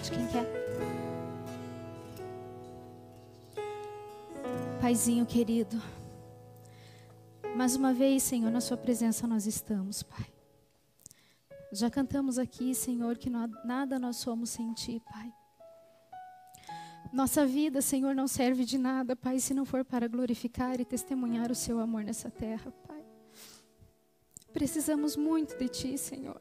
parte. Quem quer? Paizinho querido, mais uma vez, Senhor, na sua presença nós estamos, Pai. Já cantamos aqui, Senhor, que nada nós somos sem Ti, Pai. Nossa vida, Senhor, não serve de nada, Pai, se não for para glorificar e testemunhar o Seu amor nessa terra, Pai. Precisamos muito de Ti, Senhor.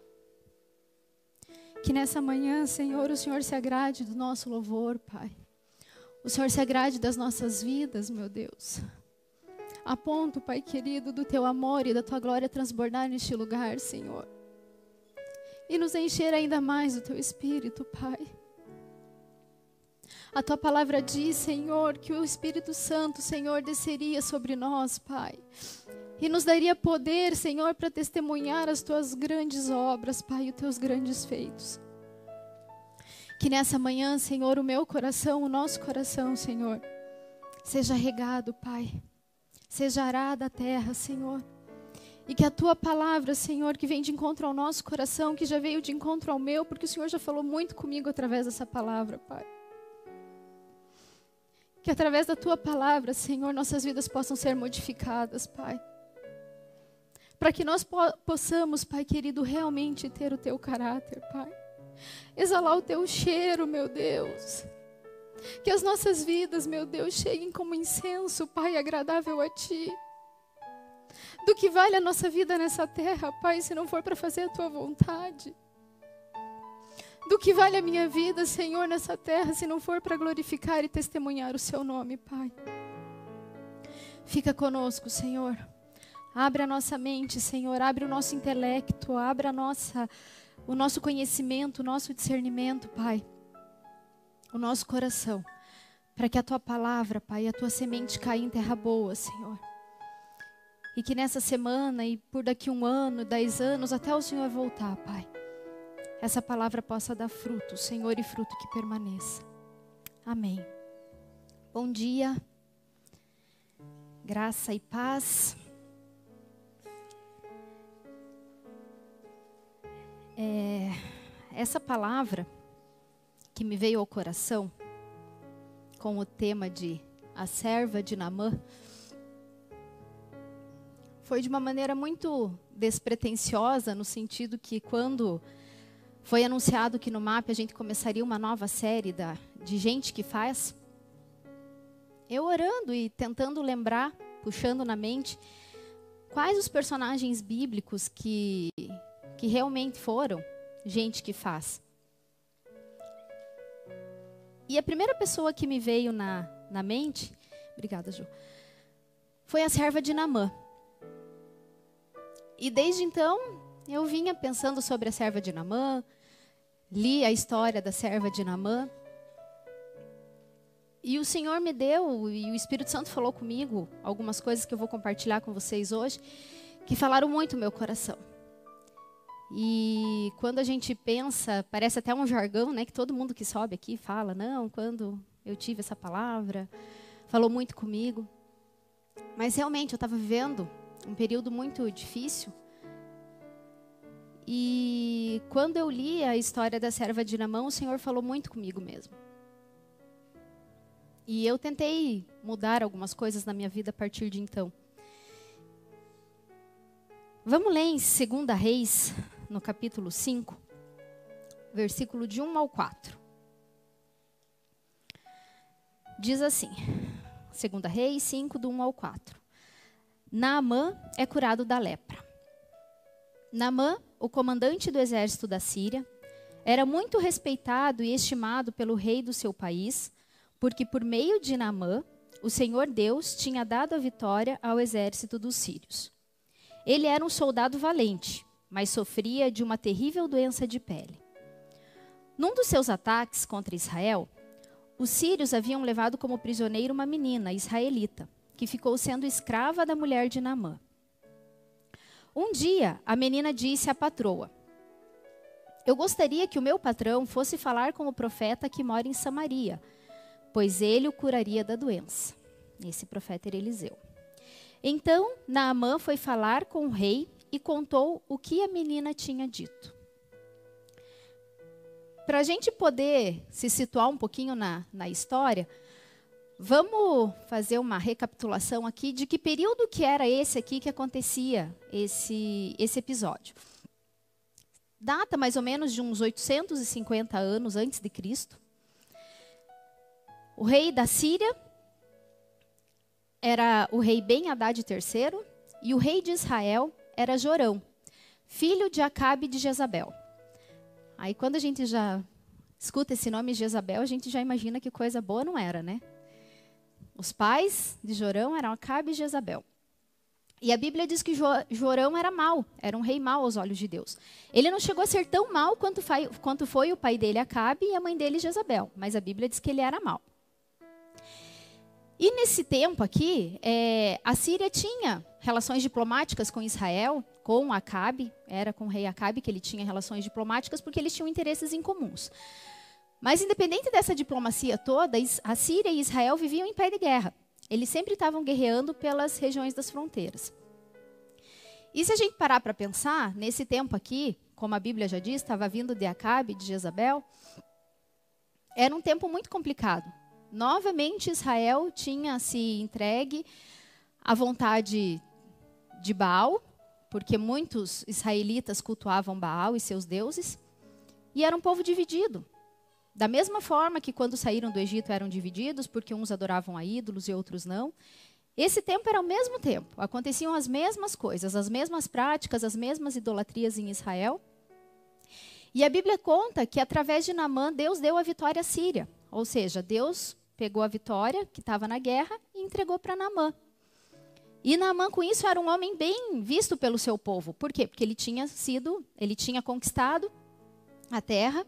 Que nessa manhã, Senhor, o Senhor se agrade do nosso louvor, Pai. O Senhor se agrade das nossas vidas, meu Deus. A ponto, Pai querido, do Teu amor e da Tua glória transbordar neste lugar, Senhor. E nos encher ainda mais do Teu Espírito, Pai. A Tua palavra diz, Senhor, que o Espírito Santo, Senhor, desceria sobre nós, Pai. E nos daria poder, Senhor, para testemunhar as Tuas grandes obras, Pai, e os Teus grandes feitos. Que nessa manhã, Senhor, o meu coração, o nosso coração, Senhor, seja regado, Pai. Seja arada a terra, Senhor. E que a Tua palavra, Senhor, que vem de encontro ao nosso coração, que já veio de encontro ao meu, porque o Senhor já falou muito comigo através dessa palavra, Pai. Que através da Tua palavra, Senhor, nossas vidas possam ser modificadas, Pai. Para que nós possamos, Pai querido, realmente ter o Teu caráter, Pai. Exalar o Teu cheiro, meu Deus. Que as nossas vidas, meu Deus, cheguem como incenso, Pai, agradável a Ti. Do que vale a nossa vida nessa terra, Pai, se não for para fazer a Tua vontade? Do que vale a minha vida, Senhor, nessa terra, se não for para glorificar e testemunhar o Seu nome, Pai? Fica conosco, Senhor. Abre a nossa mente, Senhor. Abre o nosso intelecto. Abre o nosso conhecimento, o nosso discernimento, Pai. O nosso coração. Para que a Tua palavra, Pai, a Tua semente caia em terra boa, Senhor. E que nessa semana e por daqui 1 ano, 10 anos, até o Senhor voltar, Pai. Essa palavra possa dar fruto, Senhor, e fruto que permaneça. Amém. Bom dia. Graça e paz. Essa palavra que me veio ao coração, com o tema de a serva de Naamã, foi de uma maneira muito despretensiosa, no sentido que quando foi anunciado que no MAP a gente começaria uma nova série de gente que faz, eu orando e tentando lembrar, puxando na mente, quais os personagens bíblicos que realmente foram gente que faz. E a primeira pessoa que me veio na mente, obrigada, Ju, foi a serva de Naamã. E desde então, eu vinha pensando sobre a serva de Naamã, li a história da serva de Naamã, e o Senhor me deu, e o Espírito Santo falou comigo, algumas coisas que eu vou compartilhar com vocês hoje, que falaram muito no meu coração. E quando a gente pensa, parece até um jargão, né, que todo mundo que sobe aqui fala, não, quando eu tive essa palavra, falou muito comigo. Mas realmente eu estava vivendo um período muito difícil. E quando eu li a história da serva de Naamã, o Senhor falou muito comigo mesmo. E eu tentei mudar algumas coisas na minha vida a partir de então. Vamos ler em 2 Reis, no capítulo 5, versículo de 1 ao 4. Diz assim, 2 Reis 5, do 1 ao 4. Naamã é curado da lepra. Naamã, o comandante do exército da Síria, era muito respeitado e estimado pelo rei do seu país, porque por meio de Naamã, o Senhor Deus tinha dado a vitória ao exército dos sírios. Ele era um soldado valente, mas sofria de uma terrível doença de pele. Num dos seus ataques contra Israel, os sírios haviam levado como prisioneira uma menina israelita, que ficou sendo escrava da mulher de Naamã. Um dia, a menina disse à patroa: eu gostaria que o meu patrão fosse falar com o profeta que mora em Samaria, pois ele o curaria da doença. Esse profeta era Eliseu. Então, Naamã foi falar com o rei e contou o que a menina tinha dito. para a gente poder se situar um pouquinho na história, vamos fazer uma recapitulação aqui de que período que era esse aqui que acontecia esse episódio. Data mais ou menos de uns 850 anos antes de Cristo. O rei da Síria era o rei Ben-Hadad III e o rei de Israel era Jorão, filho de Acabe de Jezabel. Aí quando a gente já escuta esse nome Jezabel, a gente já imagina que coisa boa não era, né? Os pais de Jorão eram Acabe e Jezabel. E a Bíblia diz que Jorão era mau, era um rei mau aos olhos de Deus. Ele não chegou a ser tão mau quanto foi o pai dele Acabe e a mãe dele Jezabel, mas a Bíblia diz que ele era mau. E nesse tempo aqui, a Síria tinha relações diplomáticas com Israel, com Acabe, era com o rei Acabe que ele tinha relações diplomáticas porque eles tinham interesses em comuns. Mas independente dessa diplomacia toda, a Síria e Israel viviam em pé de guerra. Eles sempre estavam guerreando pelas regiões das fronteiras. E se a gente parar para pensar, nesse tempo aqui, como a Bíblia já diz, estava vindo de Acabe, de Jezabel, era um tempo muito complicado. Novamente Israel tinha se entregue à vontade de Baal, porque muitos israelitas cultuavam Baal e seus deuses, e era um povo dividido. Da mesma forma que quando saíram do Egito eram divididos, porque uns adoravam a ídolos e outros não, esse tempo era o mesmo tempo. Aconteciam as mesmas coisas, as mesmas práticas, as mesmas idolatrias em Israel. E a Bíblia conta que através de Naamã, Deus deu a vitória à Síria. Ou seja, Deus pegou a vitória que estava na guerra e entregou para Naamã. E Naamã, com isso, era um homem bem visto pelo seu povo. Por quê? Porque ele tinha conquistado a terra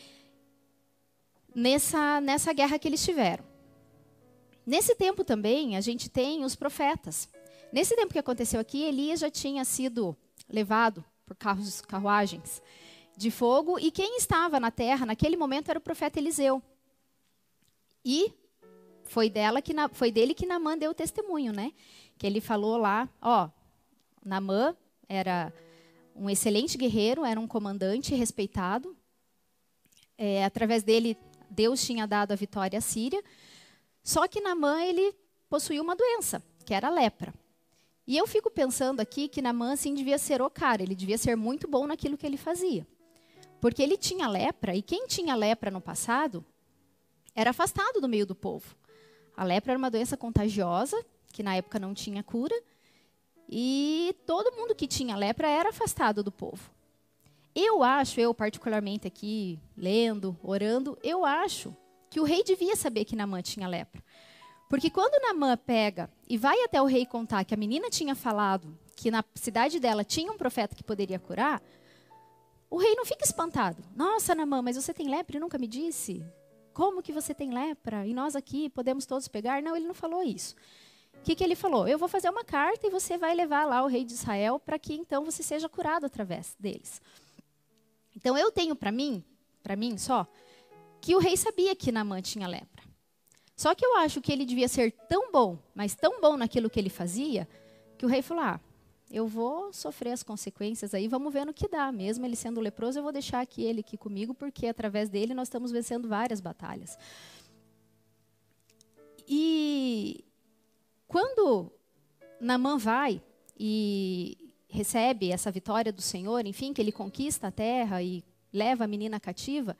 nessa guerra que eles tiveram. Nesse tempo também, a gente tem os profetas. Nesse tempo que aconteceu aqui, Elias já tinha sido levado por carruagens de fogo, e quem estava na terra naquele momento era o profeta Eliseu. E foi dele que Naamã deu o testemunho, né? Que ele falou lá, Naamã era um excelente guerreiro, era um comandante respeitado. Através dele, Deus tinha dado a vitória à Síria. Só que Naamã, ele possuía uma doença, que era a lepra. E eu fico pensando aqui que Naamã, assim, devia ser o cara, ele devia ser muito bom naquilo que ele fazia. Porque ele tinha lepra, e quem tinha lepra no passado era afastado do meio do povo. A lepra era uma doença contagiosa, que na época não tinha cura, e todo mundo que tinha lepra era afastado do povo. Eu particularmente aqui, lendo, orando, eu acho que o rei devia saber que Naamã tinha lepra. Porque quando Naamã pega e vai até o rei contar que a menina tinha falado que na cidade dela tinha um profeta que poderia curar, o rei não fica espantado. Nossa, Naamã, mas você tem lepra e nunca me disse? Como que você tem lepra? E nós aqui podemos todos pegar? Não, ele não falou isso. O que ele falou? Eu vou fazer uma carta e você vai levar lá o rei de Israel para que então você seja curado através deles. Então eu tenho para mim só, que o rei sabia que Naamã tinha lepra. Só que eu acho que ele devia ser tão bom, mas tão bom naquilo que ele fazia, que o rei falou, eu vou sofrer as consequências aí, vamos ver no que dá. Mesmo ele sendo leproso, eu vou deixar ele aqui comigo, porque através dele nós estamos vencendo várias batalhas. E quando Naamã vai e recebe essa vitória do Senhor, enfim, que ele conquista a terra e leva a menina cativa,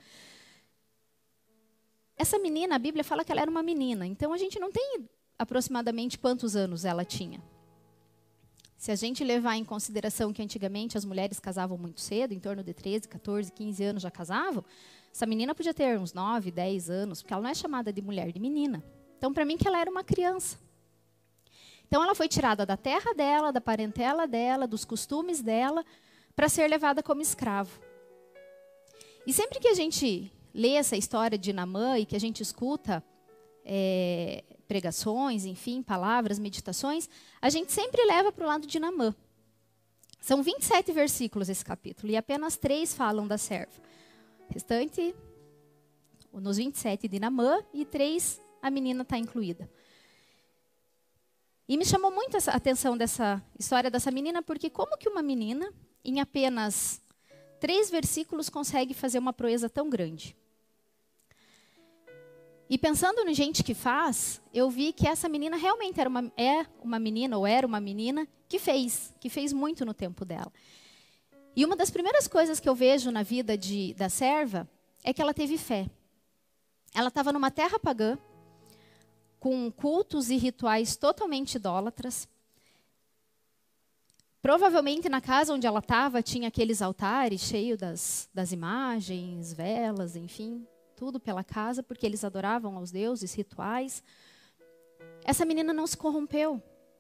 essa menina, a Bíblia fala que ela era uma menina, então a gente não tem aproximadamente quantos anos ela tinha. Se a gente levar em consideração que antigamente as mulheres casavam muito cedo, em torno de 13, 14, 15 anos já casavam, essa menina podia ter uns 9, 10 anos, porque ela não é chamada de mulher, de menina. Então, para mim, que ela era uma criança. Então, ela foi tirada da terra dela, da parentela dela, dos costumes dela, para ser levada como escravo. E sempre que a gente lê essa história de Naamã e que a gente escuta pregações, enfim, palavras, meditações, a gente sempre leva para o lado de Naamã. São 27 versículos esse capítulo e apenas 3 falam da serva. O restante, nos 27 de Naamã e 3 a menina está incluída. E me chamou muito a atenção dessa história dessa menina, porque como que uma menina, em apenas 3 versículos consegue fazer uma proeza tão grande. E pensando no gente que faz, eu vi que essa menina realmente era uma menina que fez muito no tempo dela. E uma das primeiras coisas que eu vejo na vida da serva é que ela teve fé. Ela estava numa terra pagã, com cultos e rituais totalmente idólatras. Provavelmente na casa onde ela estava tinha aqueles altares cheios das imagens, velas, enfim, tudo pela casa, porque eles adoravam aos deuses, rituais. Essa menina não se corrompeu.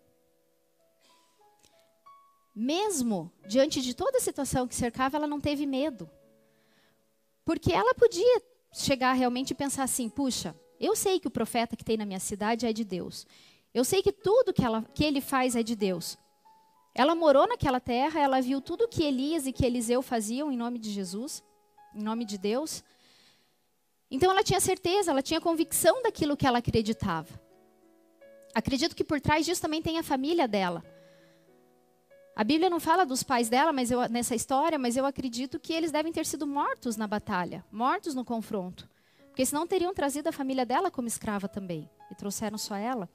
Mesmo diante de toda a situação que cercava, ela não teve medo. Porque ela podia chegar realmente e pensar assim, puxa, eu sei que o profeta que tem na minha cidade é de Deus. Eu sei que tudo que ele faz é de Deus. Ela morou naquela terra, ela viu tudo que Elias e que Eliseu faziam em nome de Jesus, em nome de Deus. Então ela tinha certeza, ela tinha convicção daquilo que ela acreditava. Acredito que por trás disso também tem a família dela. A Bíblia não fala dos pais dela nessa história, mas eu acredito que eles devem ter sido mortos na batalha, mortos no confronto. Porque senão teriam trazido a família dela como escrava também, e trouxeram só ela.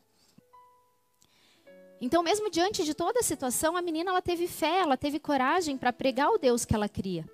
Então, mesmo diante de toda a situação, a menina ela teve fé, ela teve coragem para pregar o Deus que ela cria.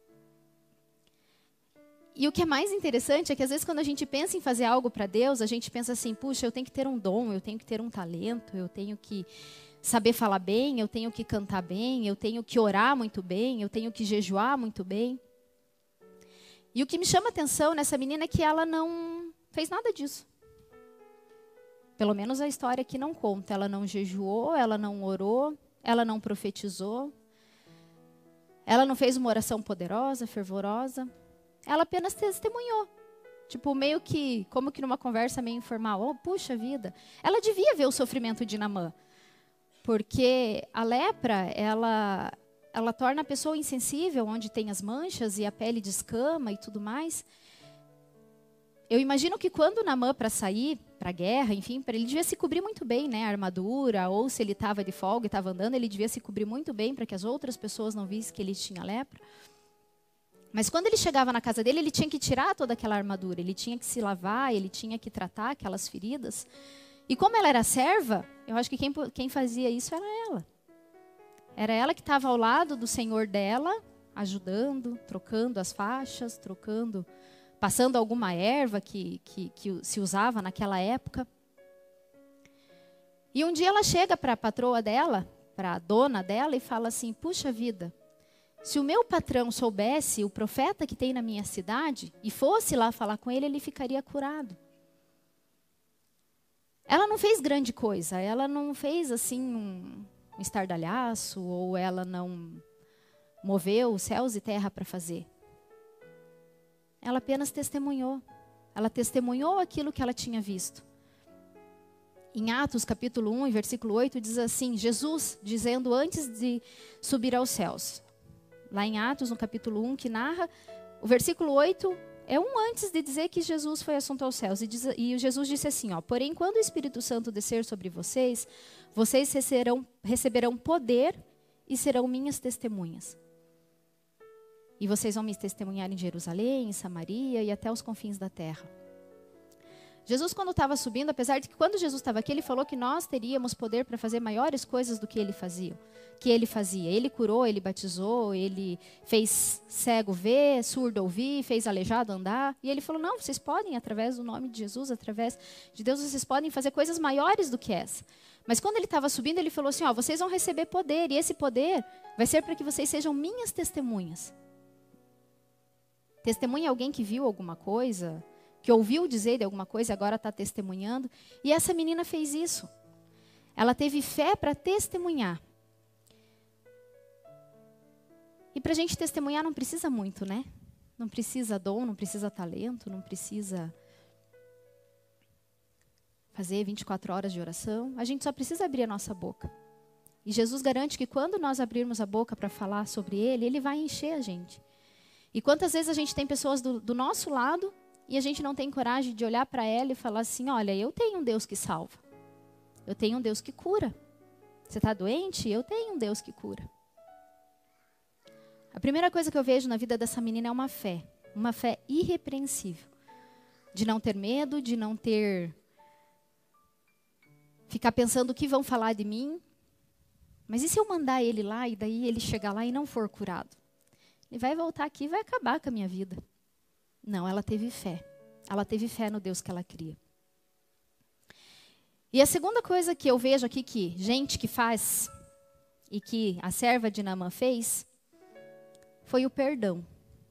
E o que é mais interessante é que às vezes quando a gente pensa em fazer algo para Deus, a gente pensa assim, puxa, eu tenho que ter um dom, eu tenho que ter um talento, eu tenho que saber falar bem, eu tenho que cantar bem, eu tenho que orar muito bem, eu tenho que jejuar muito bem. E o que me chama a atenção nessa menina é que ela não fez nada disso. Pelo menos a história aqui não conta. Ela não jejuou, ela não orou, ela não profetizou. Ela não fez uma oração poderosa, fervorosa. Ela apenas testemunhou. Tipo, meio que, como que numa conversa meio informal. Oh, puxa vida. Ela devia ver o sofrimento de Naamã. Porque a lepra, ela torna a pessoa insensível, onde tem as manchas e a pele descama e tudo mais. Eu imagino que quando Naamã, para sair para a guerra, enfim, ele devia se cobrir muito bem, né? A armadura, ou se ele estava de folga e estava andando, ele devia se cobrir muito bem para que as outras pessoas não vissem que ele tinha lepra. Mas quando ele chegava na casa dele, ele tinha que tirar toda aquela armadura, ele tinha que se lavar, ele tinha que tratar aquelas feridas. E como ela era serva, eu acho que quem fazia isso era ela. Era ela que estava ao lado do senhor dela, ajudando, trocando as faixas, passando alguma erva que se usava naquela época. E um dia ela chega para a patroa dela, para a dona dela, e fala assim, puxa vida, se o meu patrão soubesse o profeta que tem na minha cidade, e fosse lá falar com ele, ele ficaria curado. Ela não fez grande coisa, ela não fez assim um estardalhaço, ou ela não moveu céus e terra para fazer. Ela apenas testemunhou. Ela testemunhou aquilo que ela tinha visto. Em Atos capítulo 1, versículo 8, diz assim, Jesus dizendo antes de subir aos céus. Lá em Atos, no capítulo 1, que narra, o versículo 8 é antes de dizer que Jesus foi assunto aos céus. E Jesus disse assim, ó, porém, quando o Espírito Santo descer sobre vocês, vocês receberão poder e serão minhas testemunhas. E vocês vão me testemunhar em Jerusalém, em Samaria e até os confins da terra. Jesus, quando estava subindo, apesar de que quando Jesus estava aqui, ele falou que nós teríamos poder para fazer maiores coisas do que ele fazia. Ele curou, ele batizou, ele fez cego ver, surdo ouvir, fez aleijado andar. E ele falou, não, vocês podem, através do nome de Jesus, através de Deus, vocês podem fazer coisas maiores do que essa. Mas quando ele estava subindo, ele falou assim, ó, vocês vão receber poder, e esse poder vai ser para que vocês sejam minhas testemunhas. Testemunha é alguém que viu alguma coisa, que ouviu dizer de alguma coisa e agora está testemunhando. E essa menina fez isso. Ela teve fé para testemunhar. E para a gente testemunhar não precisa muito, né? Não precisa dom, não precisa talento, não precisa fazer 24 horas de oração. A gente só precisa abrir a nossa boca. E Jesus garante que quando nós abrirmos a boca para falar sobre Ele, Ele vai encher a gente. E quantas vezes a gente tem pessoas do nosso lado e a gente não tem coragem de olhar para ela e falar assim, olha, eu tenho um Deus que salva. Eu tenho um Deus que cura. Você está doente? Eu tenho um Deus que cura. A primeira coisa que eu vejo na vida dessa menina é uma fé irrepreensível. De não ter medo, de não ficar pensando o que vão falar de mim. Mas e se eu mandar ele lá e daí ele chegar lá e não for curado? Ele vai voltar aqui e vai acabar com a minha vida. Não, ela teve fé. Ela teve fé no Deus que ela cria. E a segunda coisa que eu vejo aqui que gente que faz e que a serva de Naamã fez foi o perdão.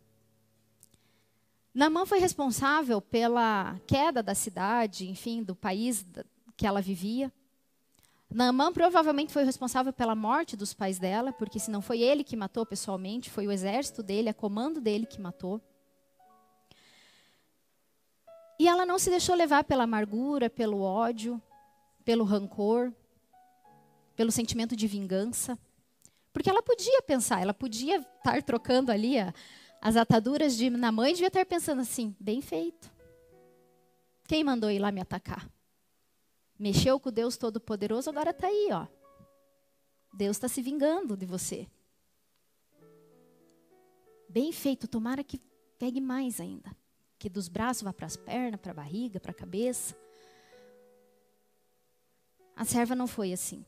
Naamã foi responsável pela queda da cidade, enfim, do país que ela vivia. Naamã provavelmente foi responsável pela morte dos pais dela, porque se não foi ele que matou pessoalmente, foi o exército dele, a comando dele que matou. E ela não se deixou levar pela amargura, pelo ódio, pelo rancor, pelo sentimento de vingança. Porque ela podia pensar, ela podia estar trocando ali as ataduras de Naamã e devia estar pensando assim, bem feito. Quem mandou ir lá me atacar? Mexeu com o Deus Todo-Poderoso, agora está aí, ó. Deus está se vingando de você. Bem feito, tomara que pegue mais ainda. Que dos braços vá para as pernas, para a barriga, para a cabeça. A serva não foi assim.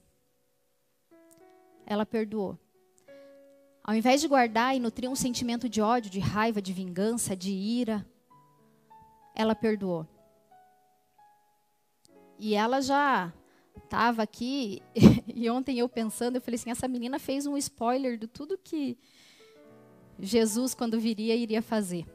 Ela perdoou. Ao invés de guardar e nutrir um sentimento de ódio, de raiva, de vingança, de ira, ela perdoou. E ela já estava aqui, e ontem eu pensando, eu falei assim, essa menina fez um spoiler de tudo que Jesus, quando viria, iria fazer.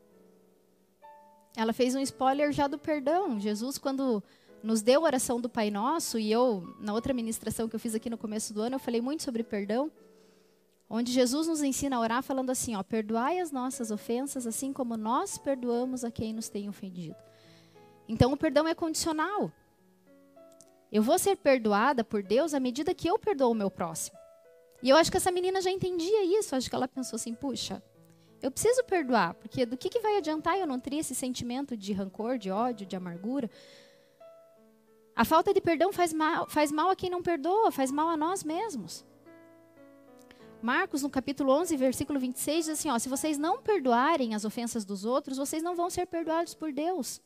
Ela fez um spoiler já do perdão. Jesus, quando nos deu a oração do Pai Nosso, e eu, na outra ministração que eu fiz aqui no começo do ano, eu falei muito sobre perdão, onde Jesus nos ensina a orar falando assim, ó, perdoai as nossas ofensas, assim como nós perdoamos a quem nos tem ofendido. Então, o perdão é condicional. Eu vou ser perdoada por Deus à medida que eu perdoo o meu próximo. E eu acho que essa menina já entendia isso. Acho que ela pensou assim, puxa, eu preciso perdoar. Porque do que vai adiantar eu nutrir esse sentimento de rancor, de ódio, de amargura? A falta de perdão faz mal a quem não perdoa, faz mal a nós mesmos. Marcos, no capítulo 11, versículo 26, diz assim, ó, se vocês não perdoarem as ofensas dos outros, vocês não vão ser perdoados por Deus.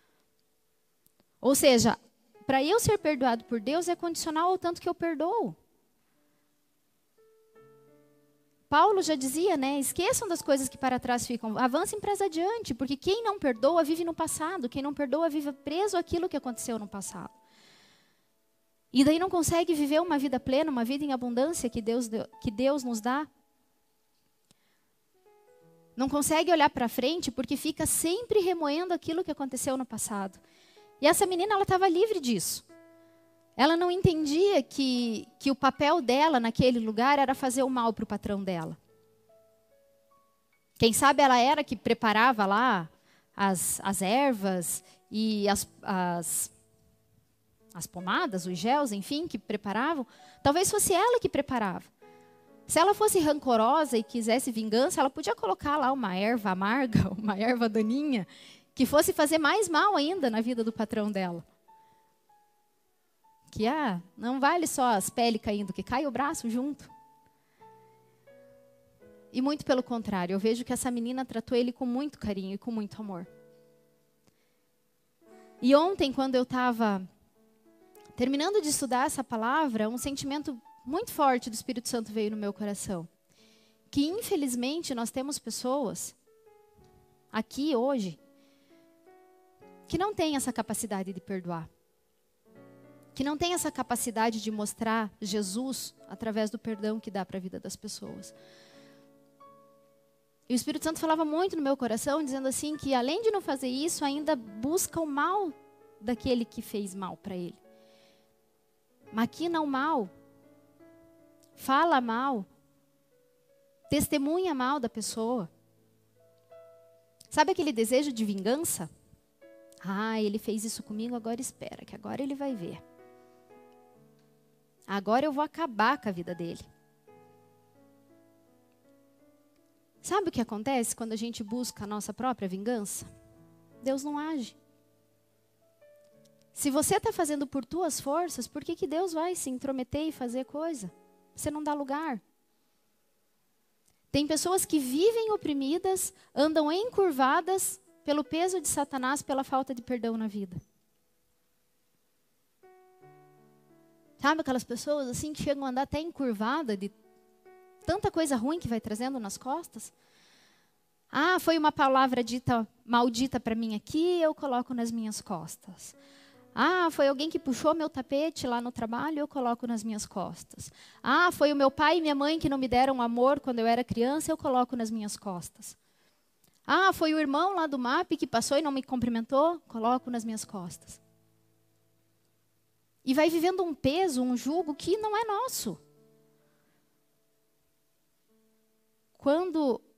Ou seja, para eu ser perdoado por Deus é condicional ao tanto que eu perdoo. Paulo já dizia, né? Esqueçam das coisas que para trás ficam, avancem para adiante, porque quem não perdoa vive no passado, quem não perdoa vive preso àquilo que aconteceu no passado. E daí não consegue viver uma vida plena, uma vida em abundância que Deus nos dá. Não consegue olhar para frente porque fica sempre remoendo aquilo que aconteceu no passado. E essa menina, ela estava livre disso. Ela não entendia que o papel dela naquele lugar era fazer o mal para o patrão dela. Quem sabe ela era que preparava lá as ervas e as pomadas, os gels, enfim, que preparavam. Talvez fosse ela que preparava. Se ela fosse rancorosa e quisesse vingança, ela podia colocar lá uma erva amarga, uma erva daninha, que fosse fazer mais mal ainda na vida do patrão dela. Que não vale só as peles caindo, que cai o braço junto. E muito pelo contrário, eu vejo que essa menina tratou ele com muito carinho e com muito amor. E ontem, quando eu estava terminando de estudar essa palavra, um sentimento muito forte do Espírito Santo veio no meu coração. Que infelizmente nós temos pessoas aqui hoje que não têm essa capacidade de perdoar. Que não têm essa capacidade de mostrar Jesus através do perdão que dá para a vida das pessoas. E o Espírito Santo falava muito no meu coração, dizendo assim, que além de não fazer isso, ainda busca o mal daquele que fez mal para ele. Maquina o mal, fala mal, testemunha mal da pessoa. Sabe aquele desejo de vingança? Ele fez isso comigo, agora espera, que agora ele vai ver. Agora eu vou acabar com a vida dele. Sabe o que acontece quando a gente busca a nossa própria vingança? Deus não age. Se você está fazendo por tuas forças, por que Deus vai se intrometer e fazer coisa? Você não dá lugar. Tem pessoas que vivem oprimidas, andam encurvadas pelo peso de Satanás, pela falta de perdão na vida. Sabe aquelas pessoas assim que chegam a andar até encurvada de tanta coisa ruim que vai trazendo nas costas? Ah, foi uma palavra dita maldita para mim aqui, eu coloco nas minhas costas. Ah, foi alguém que puxou meu tapete lá no trabalho, eu coloco nas minhas costas. Ah, foi o meu pai e minha mãe que não me deram amor quando eu era criança, eu coloco nas minhas costas. Ah, foi o irmão lá do MAP que passou e não me cumprimentou, coloco nas minhas costas. E vai vivendo um peso, um jugo que não é nosso. Quando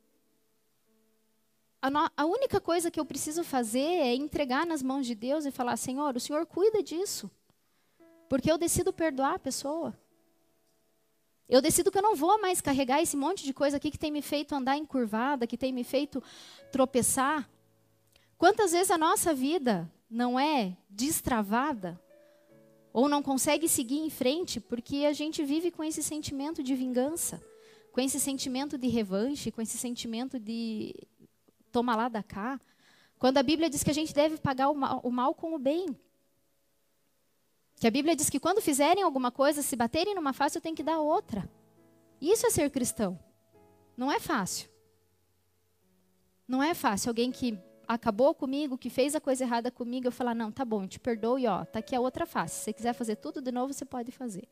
a única coisa que eu preciso fazer é entregar nas mãos de Deus e falar, Senhor, o Senhor cuida disso. Porque eu decido perdoar a pessoa. Eu decido que eu não vou mais carregar esse monte de coisa aqui que tem me feito andar encurvada, que tem me feito tropeçar. Quantas vezes a nossa vida não é destravada ou não consegue seguir em frente porque a gente vive com esse sentimento de vingança, com esse sentimento de revanche, com esse sentimento de toma lá da cá, quando a Bíblia diz que a gente deve pagar o mal com o bem. Que a Bíblia diz que quando fizerem alguma coisa, se baterem numa face, eu tenho que dar outra. Isso é ser cristão. Não é fácil. Não é fácil alguém que acabou comigo, que fez a coisa errada comigo, eu falar, não, tá bom, eu te perdoo e ó, tá aqui a outra face. Se você quiser fazer tudo de novo, você pode fazer.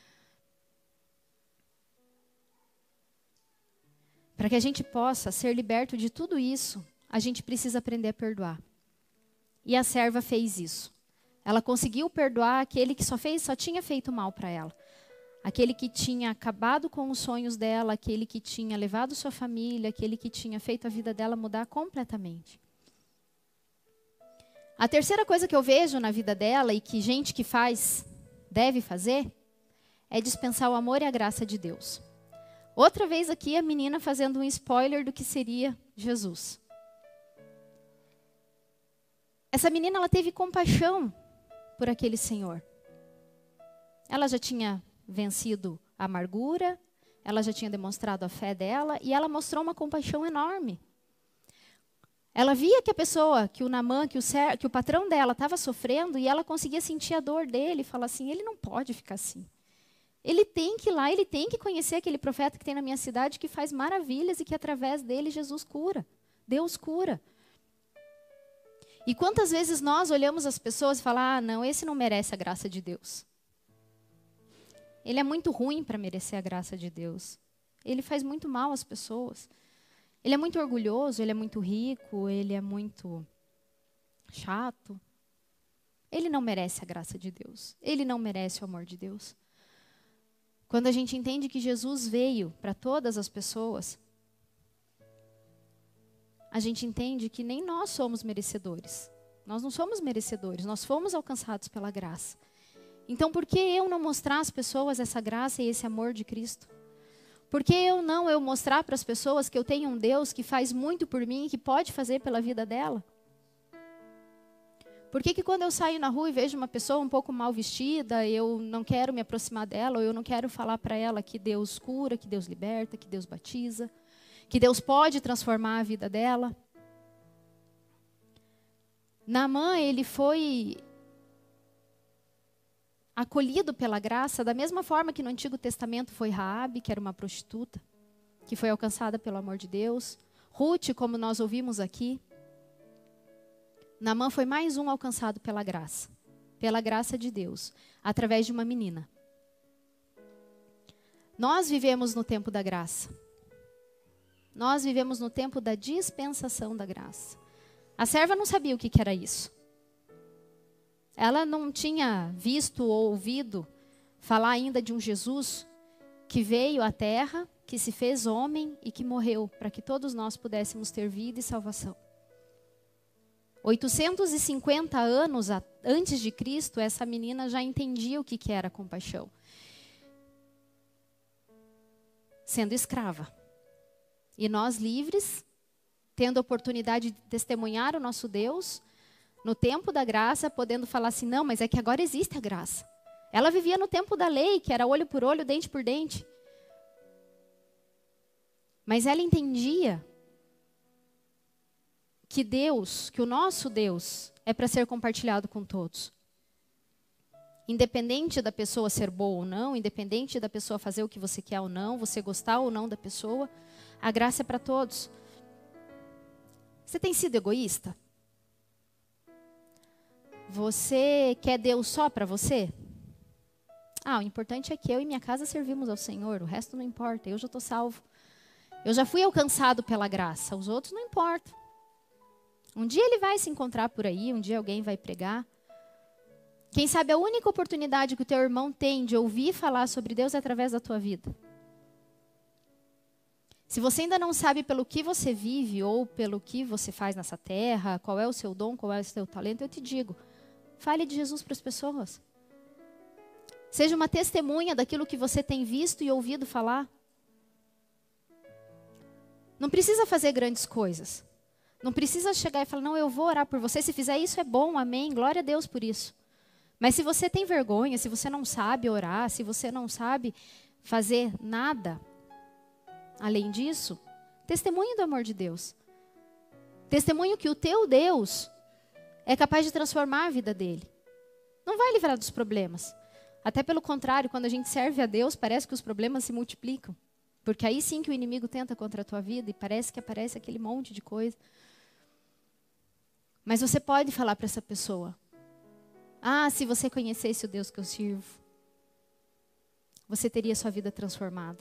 Para que a gente possa ser liberto de tudo isso, a gente precisa aprender a perdoar. E a serva fez isso. Ela conseguiu perdoar aquele que só tinha feito mal para ela. Aquele que tinha acabado com os sonhos dela, aquele que tinha levado sua família, aquele que tinha feito a vida dela mudar completamente. A terceira coisa que eu vejo na vida dela e que gente que faz deve fazer é dispensar o amor e a graça de Deus. Outra vez aqui a menina fazendo um spoiler do que seria Jesus. Essa menina, ela teve compaixão por aquele Senhor. Ela já tinha vencido a amargura, ela já tinha demonstrado a fé dela e ela mostrou uma compaixão enorme. Ela via que a pessoa, que o Naamã, que o patrão dela estava sofrendo e ela conseguia sentir a dor dele e falar assim, ele não pode ficar assim. Ele tem que ir lá, ele tem que conhecer aquele profeta que tem na minha cidade que faz maravilhas e que através dele Jesus cura. Deus cura. E quantas vezes nós olhamos as pessoas e falamos, não, esse não merece a graça de Deus. Ele é muito ruim para merecer a graça de Deus. Ele faz muito mal às pessoas. Ele é muito orgulhoso, ele é muito rico, ele é muito chato. Ele não merece a graça de Deus. Ele não merece o amor de Deus. Quando a gente entende que Jesus veio para todas as pessoas, a gente entende que nem nós somos merecedores. Nós não somos merecedores, nós fomos alcançados pela graça. Então, por que eu não mostrar às pessoas essa graça e esse amor de Cristo? Por que eu mostrar para as pessoas que eu tenho um Deus que faz muito por mim e que pode fazer pela vida dela? Por que quando eu saio na rua e vejo uma pessoa um pouco mal vestida, eu não quero me aproximar dela, ou eu não quero falar para ela que Deus cura, que Deus liberta, que Deus batiza, que Deus pode transformar a vida dela? Naamã, ele foi acolhido pela graça, da mesma forma que no Antigo Testamento foi Raabe, que era uma prostituta, que foi alcançada pelo amor de Deus. Ruth, como nós ouvimos aqui. Naamã foi mais um alcançado pela graça de Deus, através de uma menina. Nós vivemos no tempo da graça. Nós vivemos no tempo da dispensação da graça. A serva não sabia o que era isso. Ela não tinha visto ou ouvido falar ainda de um Jesus que veio à terra, que se fez homem e que morreu para que todos nós pudéssemos ter vida e salvação. 850 anos antes de Cristo, essa menina já entendia o que era compaixão. Sendo escrava. E nós livres, tendo a oportunidade de testemunhar o nosso Deus, no tempo da graça, podendo falar assim, não, mas é que agora existe a graça. Ela vivia no tempo da lei, que era olho por olho, dente por dente. Mas ela entendia que Deus, que o nosso Deus, é para ser compartilhado com todos. Independente da pessoa ser boa ou não, independente da pessoa fazer o que você quer ou não, você gostar ou não da pessoa, a graça é para todos. Você tem sido egoísta? Você quer Deus só para você? O importante é que eu e minha casa servimos ao Senhor, o resto não importa, eu já estou salvo. Eu já fui alcançado pela graça, os outros não importam. Um dia ele vai se encontrar por aí, um dia alguém vai pregar. Quem sabe a única oportunidade que o teu irmão tem de ouvir falar sobre Deus é através da tua vida. Se você ainda não sabe pelo que você vive ou pelo que você faz nessa terra, qual é o seu dom, qual é o seu talento, eu te digo, fale de Jesus para as pessoas. Seja uma testemunha daquilo que você tem visto e ouvido falar. Não precisa fazer grandes coisas. Não precisa chegar e falar, não, eu vou orar por você. Se fizer isso é bom, amém, glória a Deus por isso. Mas se você tem vergonha, se você não sabe orar, se você não sabe fazer nada além disso, testemunhe do amor de Deus. Testemunhe que o teu Deus é capaz de transformar a vida dele. Não vai livrar dos problemas. Até pelo contrário, quando a gente serve a Deus, parece que os problemas se multiplicam. Porque aí sim que o inimigo tenta contra a tua vida e parece que aparece aquele monte de coisa. Mas você pode falar para essa pessoa, se você conhecesse o Deus que eu sirvo, você teria sua vida transformada.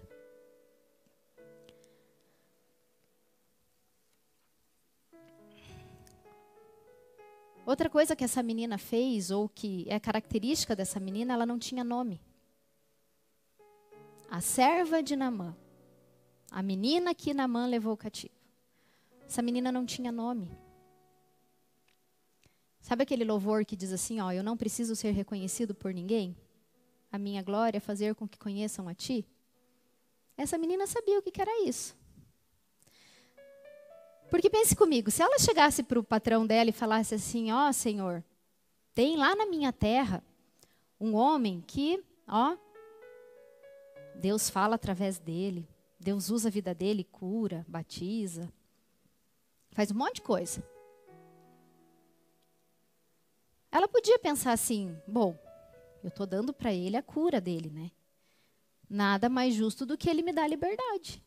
Outra coisa que essa menina fez, ou que é característica dessa menina, ela não tinha nome. A serva de Naamã. A menina que Naamã levou cativo. Essa menina não tinha nome. Sabe aquele louvor que diz assim, eu não preciso ser reconhecido por ninguém? A minha glória é fazer com que conheçam a ti? Essa menina sabia o que era isso. Porque pense comigo, se ela chegasse para o patrão dela e falasse assim, Senhor, tem lá na minha terra um homem que, Deus fala através dele, Deus usa a vida dele, cura, batiza, faz um monte de coisa. Ela podia pensar assim, bom, eu estou dando para ele a cura dele, né? Nada mais justo do que ele me dar liberdade.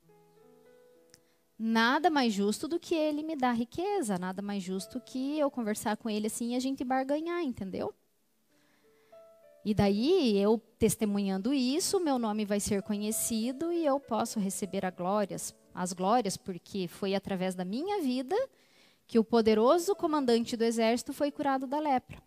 Nada mais justo do que ele me dar riqueza. Nada mais justo que eu conversar com ele assim e a gente barganhar, entendeu? E daí, eu testemunhando isso, meu nome vai ser conhecido e eu posso receber as glórias, porque foi através da minha vida que o poderoso comandante do exército foi curado da lepra.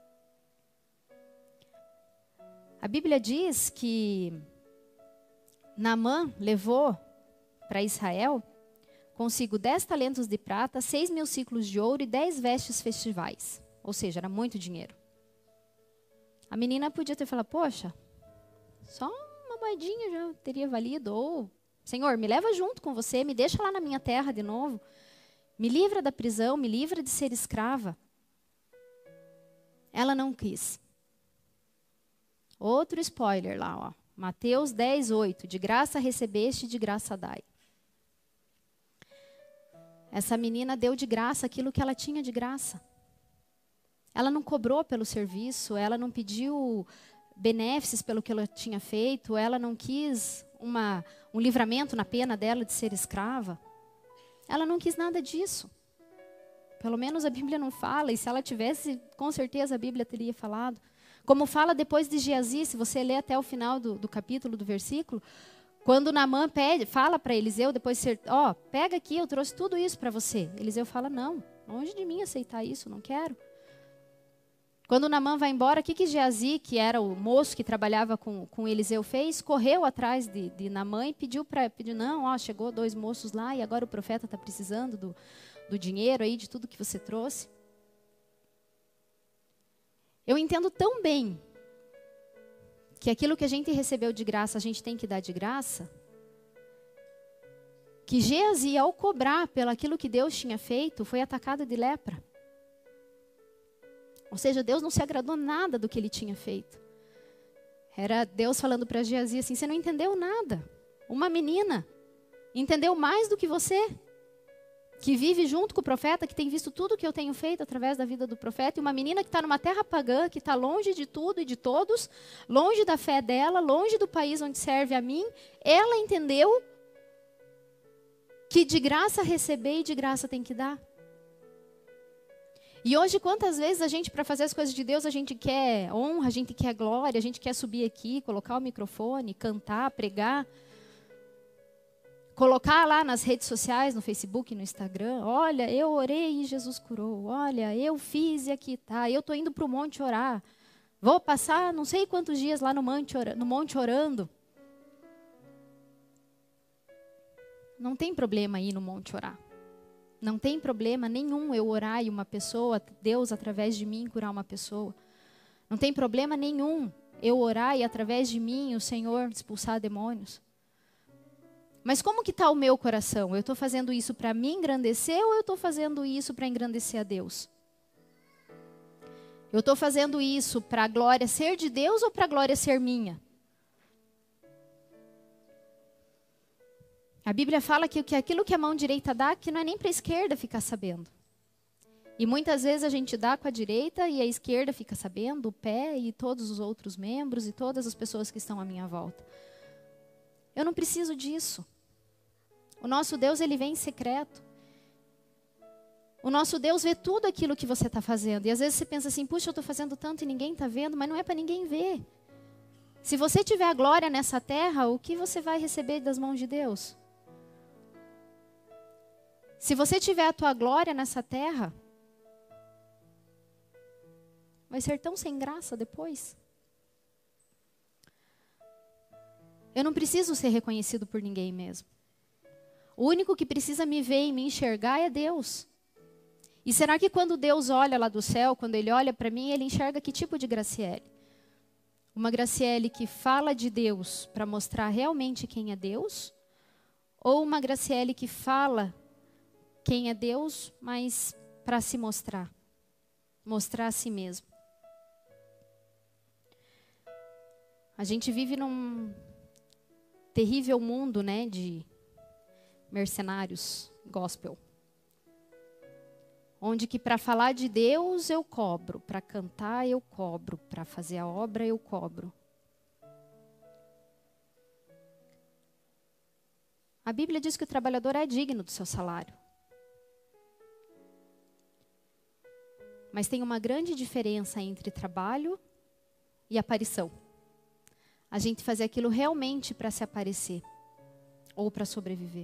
A Bíblia diz que Naamã levou para Israel consigo 10 talentos de prata, 6.000 ciclos de ouro e 10 vestes festivais. Ou seja, era muito dinheiro. A menina podia ter falado, poxa, só uma moedinha já teria valido. Ou, Senhor, me leva junto com você, me deixa lá na minha terra de novo. Me livra da prisão, me livra de ser escrava. Ela não quis. Outro spoiler lá, Mateus 10:8. De graça recebeste, de graça dai. Essa menina deu de graça aquilo que ela tinha de graça. Ela não cobrou pelo serviço, ela não pediu benefícios pelo que ela tinha feito, ela não quis um livramento na pena dela de ser escrava. Ela não quis nada disso. Pelo menos a Bíblia não fala, e se ela tivesse, com certeza a Bíblia teria falado. Como fala depois de Geazi, se você ler até o final do capítulo, do versículo, quando Naamã fala para Eliseu, depois pega aqui, eu trouxe tudo isso para você. Eliseu fala, não, longe de mim aceitar isso, não quero. Quando Naamã vai embora, o que Geazi, que era o moço que trabalhava com Eliseu, fez? Correu atrás de Naamã e pediu, chegou 2 moços lá e agora o profeta está precisando do dinheiro aí, de tudo que você trouxe. Eu entendo tão bem que aquilo que a gente recebeu de graça, a gente tem que dar de graça, que Geazi, ao cobrar pelo aquilo que Deus tinha feito, foi atacado de lepra. Ou seja, Deus não se agradou nada do que ele tinha feito. Era Deus falando para Geazi assim, você não entendeu nada. Uma menina Entendeu mais do que você, que vive junto com o profeta, que tem visto tudo que eu tenho feito através da vida do profeta, e uma menina que está numa terra pagã, que está longe de tudo e de todos, longe da fé dela, longe do país onde serve a mim, ela entendeu que de graça receber e de graça tem que dar. E hoje, quantas vezes a gente, para fazer as coisas de Deus, a gente quer honra, a gente quer glória, a gente quer subir aqui, colocar o microfone, cantar, pregar, colocar lá nas redes sociais, no Facebook, no Instagram, olha, eu orei e Jesus curou, olha, eu fiz e aqui tá, eu estou indo para o monte orar, vou passar não sei quantos dias lá no monte orando. Não tem problema ir no monte orar. Não tem problema nenhum eu orar e uma pessoa, Deus através de mim curar uma pessoa. Não tem problema nenhum eu orar e através de mim o Senhor expulsar demônios. Mas como que está o meu coração? Eu estou fazendo isso para me engrandecer ou eu estou fazendo isso para engrandecer a Deus? Eu estou fazendo isso para a glória ser de Deus ou para a glória ser minha? A Bíblia fala que aquilo que a mão direita dá, que não é nem para a esquerda ficar sabendo. E muitas vezes a gente dá com a direita e a esquerda fica sabendo, o pé e todos os outros membros e todas as pessoas que estão à minha volta. Eu não preciso disso. O nosso Deus, ele vem em secreto. O nosso Deus vê tudo aquilo que você está fazendo. E às vezes você pensa assim, puxa, eu estou fazendo tanto e ninguém está vendo, mas não é para ninguém ver. Se você tiver a glória nessa terra, o que você vai receber das mãos de Deus? Se você tiver a tua glória nessa terra, vai ser tão sem graça depois. Eu não preciso ser reconhecido por ninguém mesmo. O único que precisa me ver e me enxergar é Deus. E será que quando Deus olha lá do céu, quando Ele olha para mim, Ele enxerga que tipo de Graciele? Uma Graciele que fala de Deus para mostrar realmente quem é Deus? Ou uma Graciele que fala quem é Deus, mas para se mostrar a si mesmo? A gente vive num terrível mundo, né, de mercenários gospel. Onde que para falar de Deus eu cobro, para cantar eu cobro, para fazer a obra eu cobro. A Bíblia diz que o trabalhador é digno do seu salário. Mas tem uma grande diferença entre trabalho e aparição. A gente fazer aquilo realmente para se aparecer ou para sobreviver.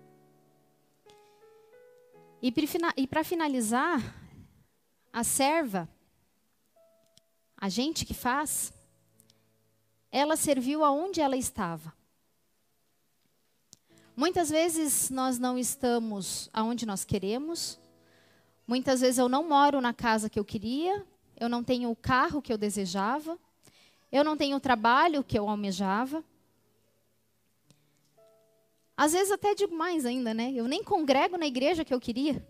E para finalizar, a serva, a gente que faz, ela serviu aonde ela estava. Muitas vezes nós não estamos aonde nós queremos. Muitas vezes eu não moro na casa que eu queria. Eu não tenho o carro que eu desejava. Eu não tenho o trabalho que eu almejava. Às vezes até digo mais ainda, né? Eu nem congrego na igreja que eu queria.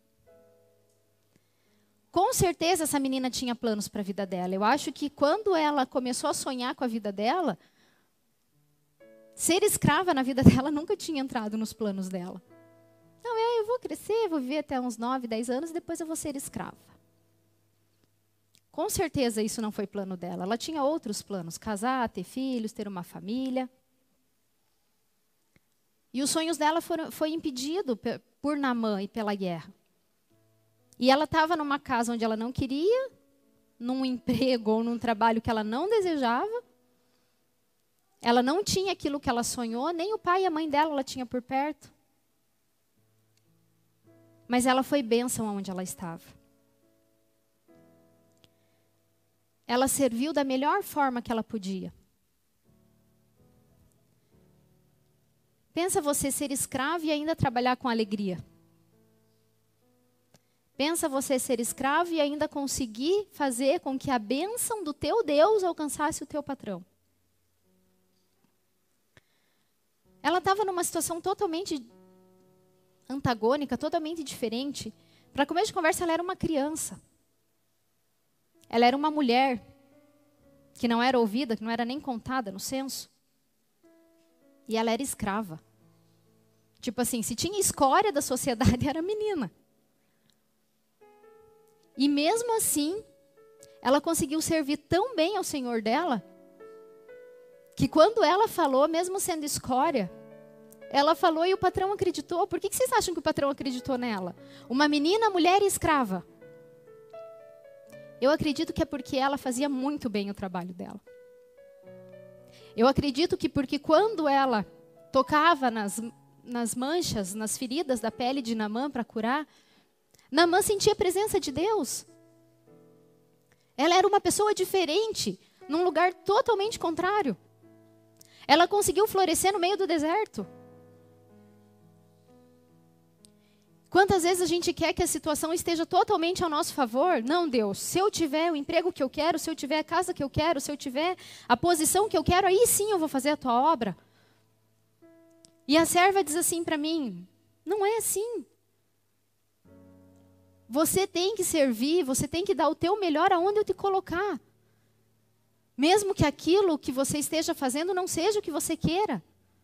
Com certeza essa menina tinha planos para a vida dela. Eu acho que quando ela começou a sonhar com a vida dela, ser escrava na vida dela nunca tinha entrado nos planos dela. Não, eu vou crescer, vou viver até uns 9, 10 anos, depois eu vou ser escrava. Com certeza isso não foi plano dela. Ela tinha outros planos, casar, ter filhos, ter uma família. E os sonhos dela foi impedido por Naamã e pela guerra. E ela estava numa casa onde ela não queria, num emprego ou num trabalho que ela não desejava. Ela não tinha aquilo que ela sonhou, nem o pai e a mãe dela ela tinha por perto. Mas ela foi bênção aonde ela estava. Ela serviu da melhor forma que ela podia. Pensa você ser escravo e ainda trabalhar com alegria. Pensa você ser escravo e ainda conseguir fazer com que a bênção do teu Deus alcançasse o teu patrão. Ela estava numa situação totalmente antagônica, totalmente diferente. Para começo de conversa, ela era uma criança. Ela era uma mulher que não era ouvida, que não era nem contada no censo. E ela era escrava. Tipo assim, se tinha escória da sociedade, era a menina. E mesmo assim, ela conseguiu servir tão bem ao Senhor dela, que quando ela falou, mesmo sendo escória, ela falou e o patrão acreditou. Por que vocês acham que o patrão acreditou nela? Uma menina, mulher e escrava. Eu acredito que é porque ela fazia muito bem o trabalho dela. Eu acredito que porque quando ela tocava nas manchas, nas feridas da pele de Naamã para curar, Naamã sentia a presença de Deus. Ela era uma pessoa diferente, num lugar totalmente contrário. Ela conseguiu florescer no meio do deserto. Quantas vezes a gente quer que a situação esteja totalmente ao nosso favor? Não, Deus, se eu tiver o emprego que eu quero, se eu tiver a casa que eu quero, se eu tiver a posição que eu quero, aí sim eu vou fazer a tua obra. E a serva diz assim para mim, não é assim. Você tem que servir, você tem que dar o teu melhor aonde eu te colocar. Mesmo que aquilo que você esteja fazendo não seja o que você queira.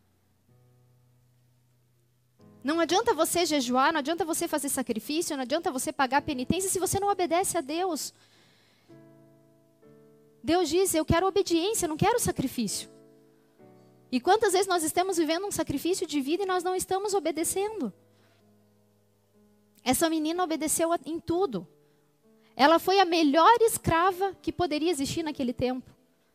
Não adianta você jejuar, não adianta você fazer sacrifício, não adianta você pagar penitência se você não obedece a Deus. Deus diz, eu quero obediência, não quero sacrifício. E quantas vezes nós estamos vivendo um sacrifício de vida e nós não estamos obedecendo? Essa menina obedeceu em tudo. Ela foi a melhor escrava que poderia existir naquele tempo.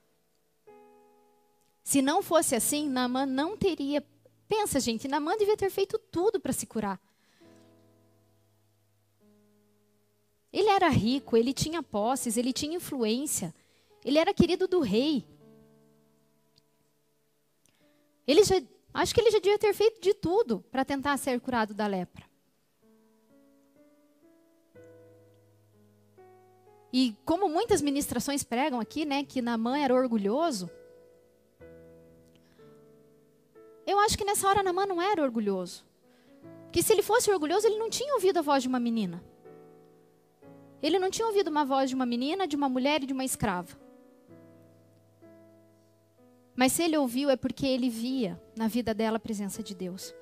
Se não fosse assim, Naamã não teria... Pensa, gente, Naamã devia ter feito tudo para se curar. Ele era rico, ele tinha posses, ele tinha influência. Ele era querido do rei. Acho que ele já devia ter feito de tudo para tentar ser curado da lepra. E como muitas ministrações pregam aqui, né, que Naamã era orgulhoso, eu acho que nessa hora Naamã não era orgulhoso. Porque se ele fosse orgulhoso, ele não tinha ouvido a voz de uma menina. Ele não tinha ouvido uma voz de uma menina, de uma mulher e de uma escrava. Mas se ele ouviu é porque ele via na vida dela a presença de Deus.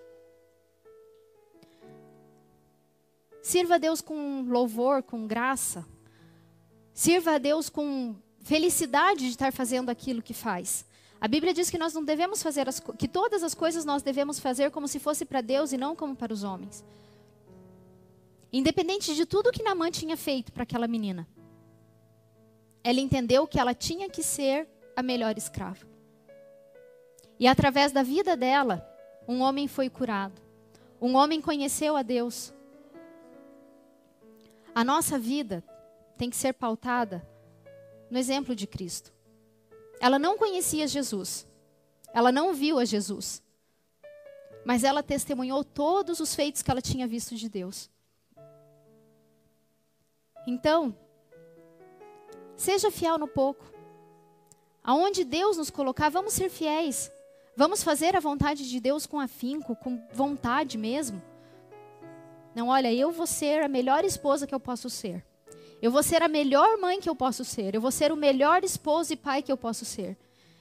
Sirva a Deus com louvor, com graça. Sirva a Deus com felicidade de estar fazendo aquilo que faz. A Bíblia diz que nós não devemos fazer que todas as coisas nós devemos fazer como se fosse para Deus e não como para os homens. Independente de tudo que Naamã tinha feito para aquela menina, ela entendeu que ela tinha que ser a melhor escrava. E através da vida dela, um homem foi curado. Um homem conheceu a Deus. A nossa vida tem que ser pautada no exemplo de Cristo. Ela não conhecia Jesus. Ela não viu a Jesus. Mas ela testemunhou todos os feitos que ela tinha visto de Deus. Então, seja fiel no pouco. Aonde Deus nos colocar, vamos ser fiéis. Vamos fazer a vontade de Deus com afinco, com vontade mesmo. Não, olha, eu vou ser a melhor esposa que eu posso ser. Eu vou ser a melhor mãe que eu posso ser. Eu vou ser o melhor esposo e pai que eu posso ser.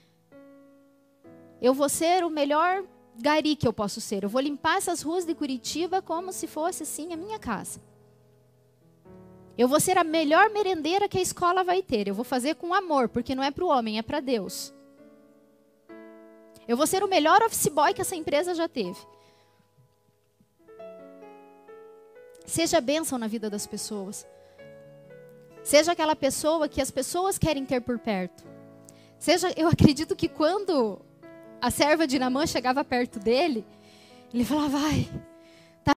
Eu vou ser o melhor gari que eu posso ser. Eu vou limpar essas ruas de Curitiba como se fosse assim a minha casa. Eu vou ser a melhor merendeira que a escola vai ter. Eu vou fazer com amor, porque não é para o homem, é para Deus. Eu vou ser o melhor office boy que essa empresa já teve. Seja bênção na vida das pessoas. Seja aquela pessoa que as pessoas querem ter por perto. Eu acredito que quando a serva de Naamã chegava perto dele, ele falava, vai,